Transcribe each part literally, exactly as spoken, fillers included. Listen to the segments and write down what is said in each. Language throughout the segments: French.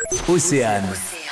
Océane.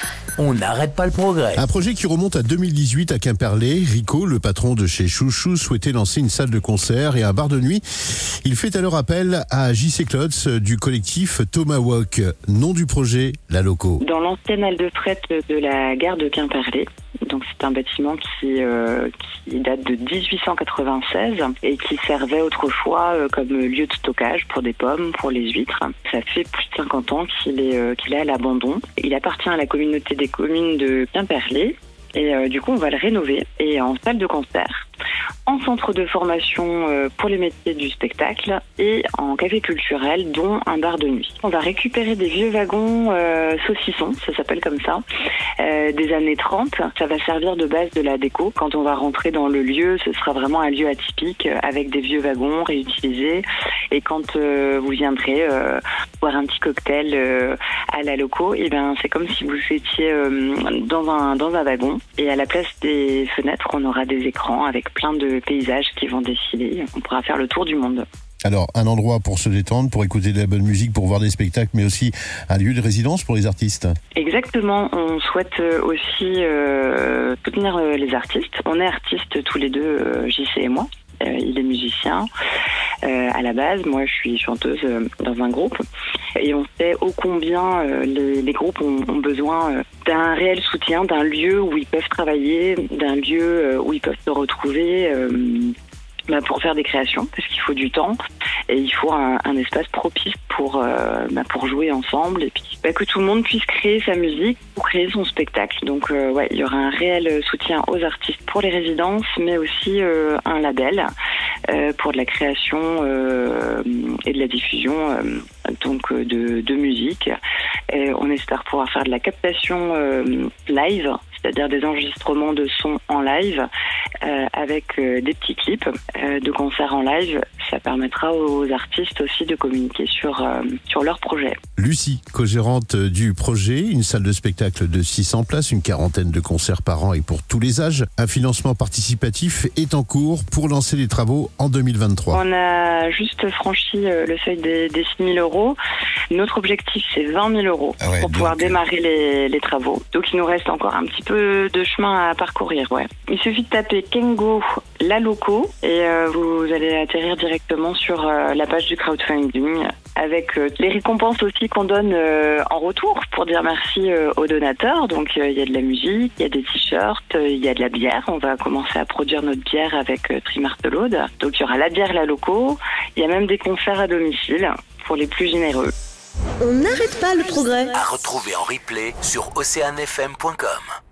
On n'arrête pas le progrès. Un projet qui remonte à deux mille dix-huit à Quimperlé. Rico, le patron de chez Chouchou, souhaitait lancer une salle de concert et un bar de nuit. Il fait alors appel à J C Klotz du collectif Tomahawk. Nom du projet, La Loco. Dans l'ancienne halle de fret de la gare de Quimperlé. Donc c'est un bâtiment qui, euh, qui date de dix-huit cent quatre-vingt-seize et qui servait autrefois euh, comme lieu de stockage pour des pommes, pour les huîtres. Ça fait plus de cinquante ans qu'il est, euh, qu'il est à l'abandon. Il appartient à la communauté des communes de Quimperlé et euh, du coup on va le rénover et en salle de concert, en centre de formation euh, pour les métiers du spectacle et en café culturel, dont un bar de nuit. On va récupérer des vieux wagons euh, saucissons, ça s'appelle comme ça, euh, des années trente. Ça va servir de base de la déco. Quand on va rentrer dans le lieu, ce sera vraiment un lieu atypique euh, avec des vieux wagons réutilisés. Et quand euh, vous viendrez euh, boire un petit cocktail euh, à la loco, et ben c'est comme si vous étiez euh, dans un dans un wagon. Et à la place des fenêtres, on aura des écrans avec plein de paysages qui vont défiler. On pourra faire le tour du monde. Alors, un endroit pour se détendre, pour écouter de la bonne musique, pour voir des spectacles, mais aussi un lieu de résidence pour les artistes. Exactement. On souhaite aussi euh, soutenir euh, les artistes. On est artistes tous les deux, euh, J C et moi. Euh, il est musicien euh, à la base. Moi, je suis chanteuse euh, dans un groupe. Et on sait ô combien euh, les, les groupes ont, ont besoin euh, d'un réel soutien, d'un lieu où ils peuvent travailler, d'un lieu euh, où ils peuvent se retrouver euh, bah, pour faire des créations, parce qu'il faut du temps et il faut un, un espace propice pour, euh, bah, pour jouer ensemble et puis bah, que tout le monde puisse créer sa musique pour créer son spectacle. Donc euh, ouais, il y aura un réel soutien aux artistes pour les résidences, mais aussi euh, un label euh, pour de la création euh, et de la diffusion euh, donc euh, de, de musique. Et on espère pouvoir faire de la captation euh, live, c'est-à-dire des enregistrements de sons en live euh, avec euh, des petits clips euh, de concerts en live. Ça permettra aux artistes aussi de communiquer sur, euh, sur leur projet. Lucie, co-gérante du projet, une salle de spectacle de six cents places, une quarantaine de concerts par an et pour tous les âges. Un financement participatif est en cours pour lancer les travaux en deux mille vingt-trois. On a juste franchi euh, le seuil des, des six mille euros. Notre objectif, c'est vingt mille euros ah ouais, pour donc... pouvoir démarrer les, les travaux. Donc il nous reste encore un petit peu de chemin à parcourir. Ouais. Il suffit de taper Kengo La Loco et euh, vous allez atterrir directement sur euh, la page du crowdfunding avec euh, les récompenses aussi qu'on donne euh, en retour pour dire merci euh, aux donateurs. Donc il euh, y a de la musique, il y a des t-shirts, il euh, y a de la bière. On va commencer à produire notre bière avec euh, Trimartelaude. Donc il y aura la bière La Loco. Il y a même des concerts à domicile pour les plus généreux. On n'arrête pas le progrès. À retrouver en replay sur océane f m point com.